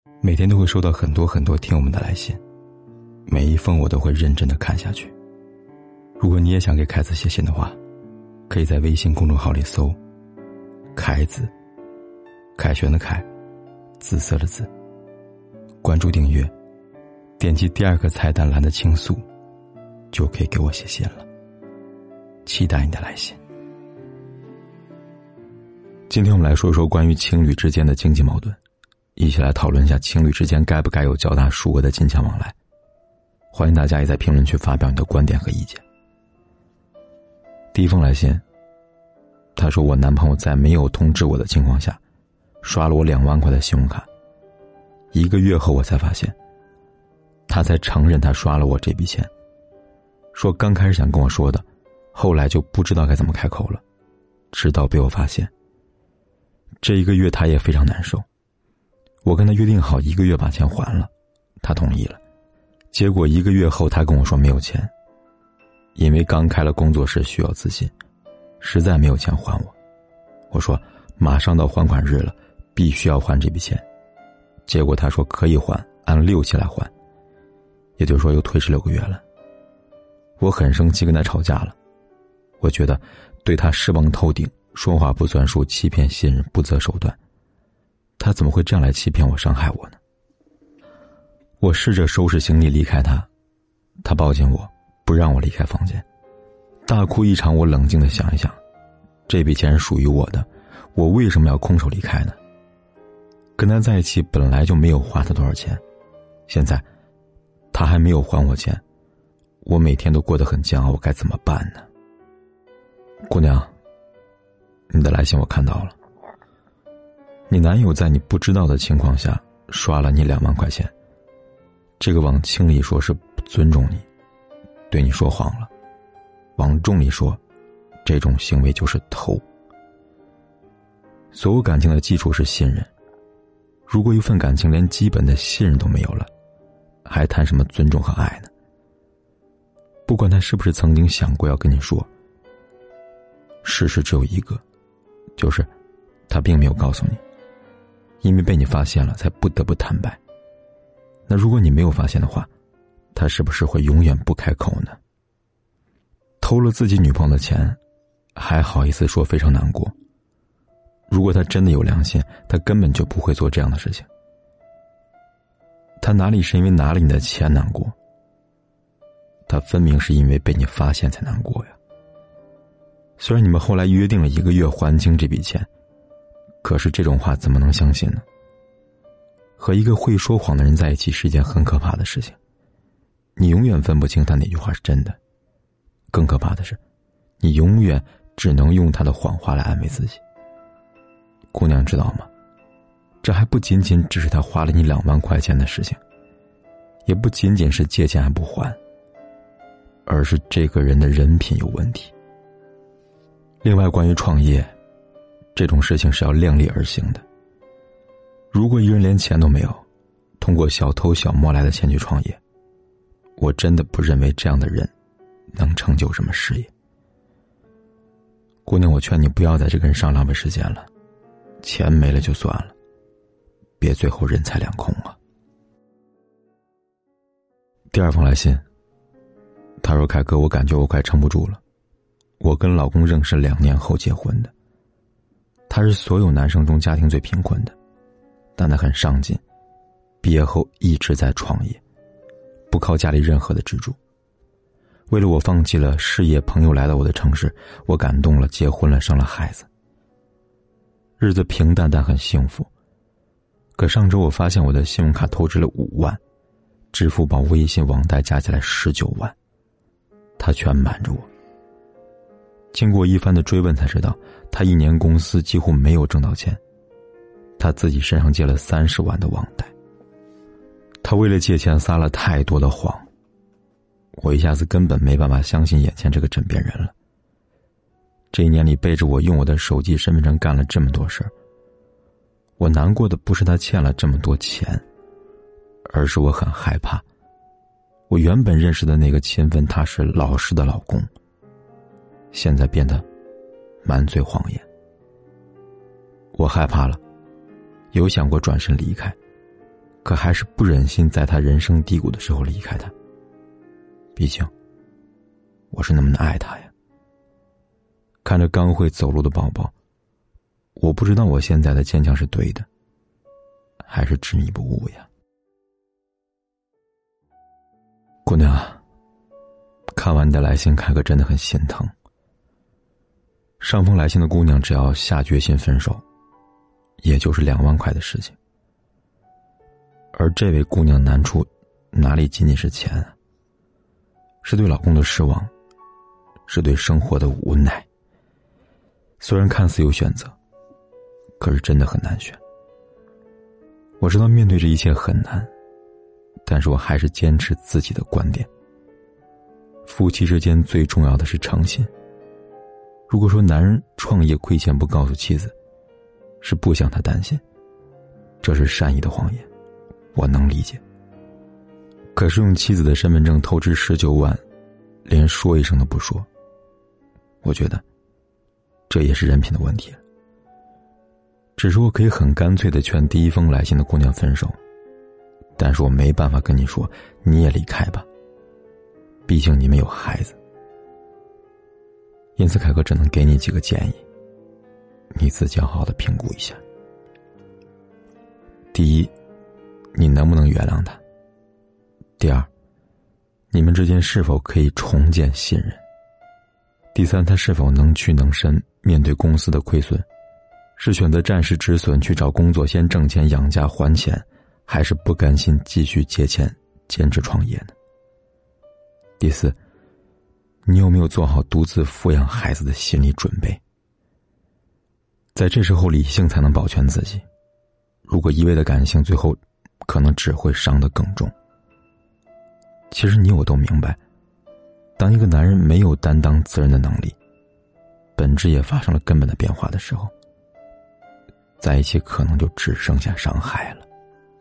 每天都会收到很多听友们的来信，每一封我都会认真的看下去。如果你也想给凯子写信的话，可以在微信公众号里搜凯子，凯旋的凯，紫色的紫，关注订阅，点击第2个菜单栏的倾诉，就可以给我写信了。期待你的来信。今天我们来说一说关于情侣之间的经济矛盾，一起来讨论一下情侣之间该不该有较大数额的金钱往来。欢迎大家也在评论区发表你的观点和意见。第一封来信，他说我男朋友在没有通知我的情况下刷了我2万块的信用卡，1个月后我才发现他才承认他刷了我这笔钱，说刚开始想跟我说的，后来就不知道该怎么开口了，直到被我发现。这1个月他也非常难受，我跟他约定好1个月把钱还了，他同意了，结果1个月后他跟我说没有钱，因为刚开了工作室需要资金，实在没有钱还我。我说马上到还款日了，必须要还这笔钱，结果他说可以还，按6期来还，也就是说又推迟6个月了。我很生气，跟他吵架了，我觉得对他失望透顶，说话不算数，欺骗信任，不择手段，他怎么会这样来欺骗我，伤害我呢？我试着收拾行李离开他，他抱紧我，不让我离开房间，大哭一场。我冷静地想一想，这笔钱是属于我的，我为什么要空手离开呢？跟他在一起本来就没有花他多少钱，现在他还没有还我钱，我每天都过得很煎熬，我该怎么办呢？姑娘，你的来信我看到了，你男友在你不知道的情况下刷了你2万块钱，这个往轻里说是不尊重你，对你说谎了，往重里说，这种行为就是偷。所有感情的基础是信任，如果一份感情连基本的信任都没有了，还谈什么尊重和爱呢？不管他是不是曾经想过要跟你说，事实只有一个，就是他并没有告诉你，因为被你发现了才不得不坦白。那如果你没有发现的话，他是不是会永远不开口呢？偷了自己女朋友的钱还好意思说非常难过，如果他真的有良心，他根本就不会做这样的事情。他哪里是因为拿了你的钱难过，他分明是因为被你发现才难过呀。虽然你们后来约定了1个月还清这笔钱，可是这种话怎么能相信呢？和一个会说谎的人在一起是一件很可怕的事情，你永远分不清他哪句话是真的，更可怕的是，你永远只能用他的谎话来安慰自己。姑娘知道吗？这还不仅仅只是他花了你2万块钱的事情，也不仅仅是借钱还不还，而是这个人的人品有问题。另外，关于创业，这种事情是要量力而行的。如果一个人连钱都没有，通过小偷小摸来的钱去创业，我真的不认为这样的人能成就什么事业。姑娘，我劝你不要在这个人上浪费时间了，钱没了就算了，别最后人财两空啊。第2封来信，他说凯哥，我感觉我快撑不住了，我跟老公认识2年后结婚的，他是所有男生中家庭最贫困的，但他很上进，毕业后一直在创业，不靠家里任何的资助。为了我放弃了事业，朋友来到我的城市，我感动了，结婚了，生了孩子，日子平淡但很幸福。可上周我发现我的信用卡透支了5万，支付宝、微信、网贷加起来19万，他全瞒着我。经过一番的追问才知道，他1年公司几乎没有挣到钱，他自己身上借了30万的网贷。他为了借钱撒了太多的谎，我一下子根本没办法相信眼前这个枕边人了。这1年里背着我用我的手机身份证干了这么多事儿，我难过的不是他欠了这么多钱，而是我很害怕，我原本认识的那个勤奋踏实老实的老公，现在变得满嘴谎言。我害怕了，有想过转身离开， 可还是不忍心在他人生低谷的时候离开他。毕竟我是那么的爱他呀。看着刚会走路的宝宝，我不知道我现在的坚强是对的，还是执迷不悟呀。姑娘啊，看完你的来信，凯哥真的很心疼。上封来信的姑娘只要下决心分手，也就是2万块的事情。而这位姑娘难处哪里仅仅是钱啊，是对老公的失望，是对生活的无奈。虽然看似有选择，可是真的很难选。我知道面对这一切很难，但是我还是坚持自己的观点。夫妻之间最重要的是诚信。如果说男人创业亏钱不告诉妻子，是不想她担心，这是善意的谎言，我能理解。可是用妻子的身份证透支19万，连说一声都不说，我觉得这也是人品的问题。只是我可以很干脆地劝第一封来信的姑娘分手，但是我没办法跟你说你也离开吧，毕竟你们有孩子。因此凯哥只能给你几个建议，你自己要好好的评估一下。第一，你能不能原谅他？第二，你们之间是否可以重建信任？第三，他是否能屈能伸，面对公司的亏损，是选择暂时止损去找工作先挣钱养家还钱，还是不甘心继续借钱坚持创业呢？第四，你有没有做好独自抚养孩子的心理准备？在这时候理性才能保全自己，如果一味的感性，最后可能只会伤得更重。其实你我都明白，当一个男人没有担当责任的能力，本质也发生了根本的变化的时候，在一起可能就只剩下伤害了。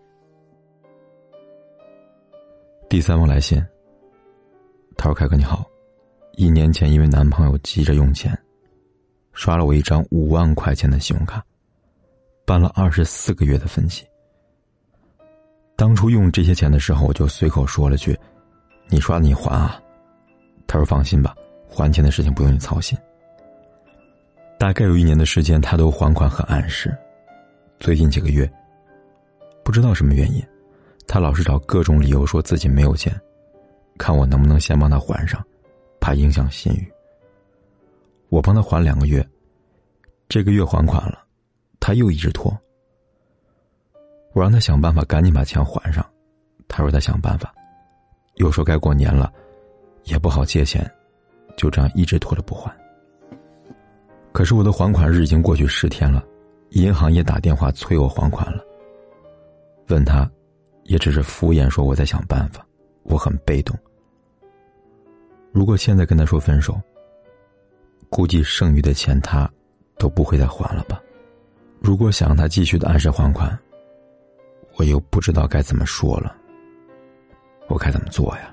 第三封来信，他说：凯哥你好，1年前因为男朋友急着用钱，刷了我一张5万块钱的信用卡，办了24个月的分期。当初用这些钱的时候，我就随口说了句：你刷你还啊。他说放心吧，还钱的事情不用你操心。大概有1年的时间他都还款很按时，最近几个月不知道什么原因，他老是找各种理由说自己没有钱，看我能不能先帮他还上，怕影响信誉。我帮他还2个月，这个月还款了，他又一直拖。我让他想办法赶紧把钱还上，他说他想办法，又说该过年了也不好借钱，就这样一直拖着不还。可是我的还款日已经过去10天了，银行也打电话催我还款了，问他也只是敷衍说我在想办法，我很被动。如果现在跟他说分手，估计剩余的钱他都不会再还了吧。如果想让他继续的按时还款，我又不知道该怎么说了，我该怎么做呀？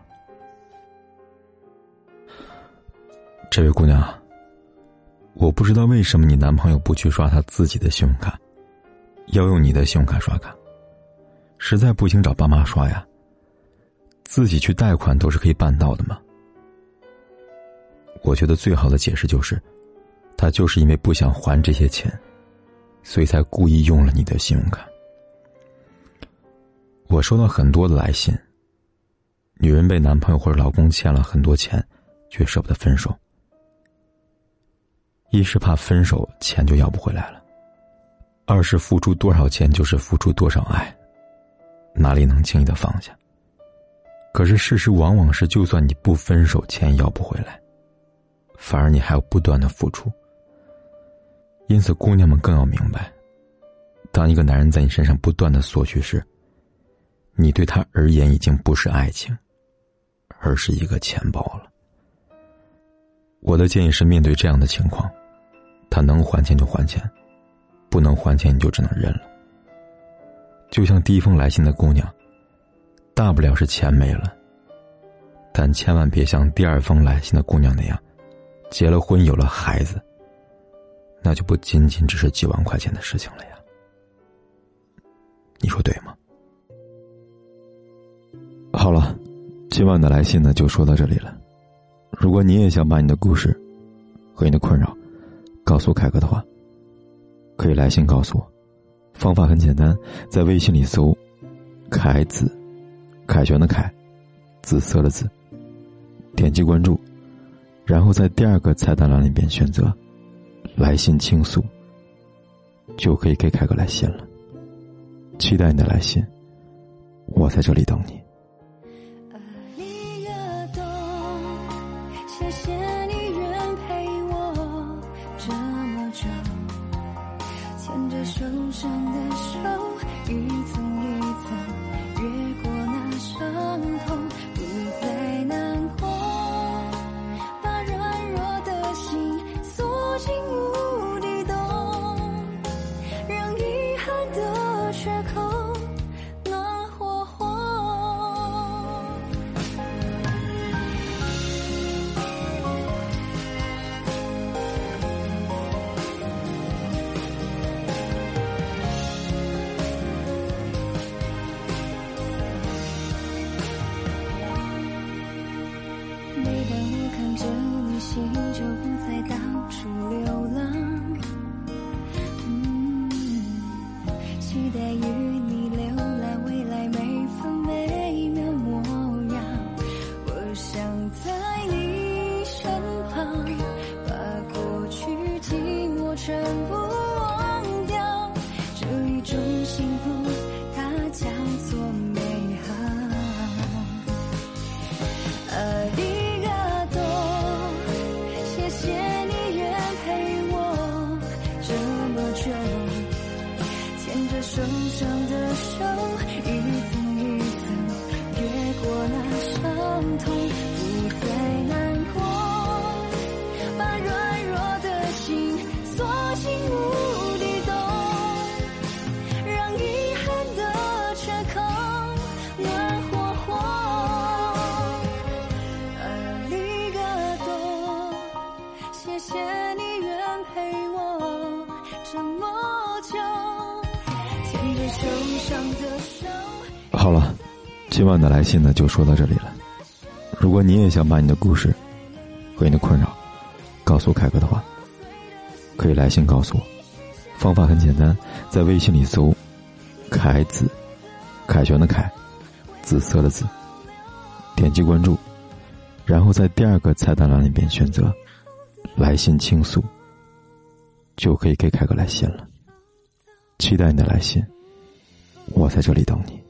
这位姑娘，我不知道为什么你男朋友不去刷他自己的信用卡，要用你的信用卡刷卡。实在不行找爸妈刷呀，自己去贷款都是可以办到的嘛。我觉得最好的解释就是，他就是因为不想还这些钱，所以才故意用了你的信用卡。我收到很多的来信，女人被男朋友或者老公欠了很多钱，却舍不得分手。一是怕分手钱就要不回来了，二是付出多少钱就是付出多少爱，哪里能轻易的放下？可是事实往往是，就算你不分手，钱要不回来，反而你还要不断的付出。因此姑娘们更要明白，当一个男人在你身上不断的索取时，你对他而言已经不是爱情，而是一个钱包了。我的建议是，面对这样的情况，他能还钱就还钱，不能还钱你就只能认了。就像第一封来信的姑娘，大不了是钱没了，但千万别像第二封来信的姑娘那样，结了婚有了孩子，那就不仅仅只是几万块钱的事情了呀。你说对吗？ 今晚的来信呢就说到这里了。如果你也想把你的故事和你的困扰告诉凯哥的话，可以来信告诉我。方法很简单，在微信里搜凯子，凯旋的凯，紫色的紫，点击关注，然后在第二个菜单栏里边选择来信倾诉，就可以给凯哥来信了。期待你的来信，我在这里等你。 谢谢你愿陪我这么久，牵着受伤的手，一层一层越过那伤痛，不再难过，把软弱的心锁进无底洞，让遗憾的缺口暖火火。每当我看着你，心就不再到处流浪。期待与你浏览未来每分每秒模样。我想在你身旁，把过去寂寞全部忘掉。这一种幸福，它叫做美好。谢谢你愿陪我这么久，牵着受伤的手，一层一层越过那伤痛，不再难过，把软弱的心锁进无底洞，让遗憾的缺口暖火火。谢谢你愿陪我这么久，牵着受伤的手。 好了，今晚的来信呢就说到这里了。如果你也想把你的故事和你的困扰告诉凯哥的话，可以来信告诉我。方法很简单，在微信里搜凯子，凯旋的凯，紫色的紫，点击关注，然后在第二个菜单栏里边选择来信倾诉，就可以给凯哥来信了。期待你的来信，我在这里等你。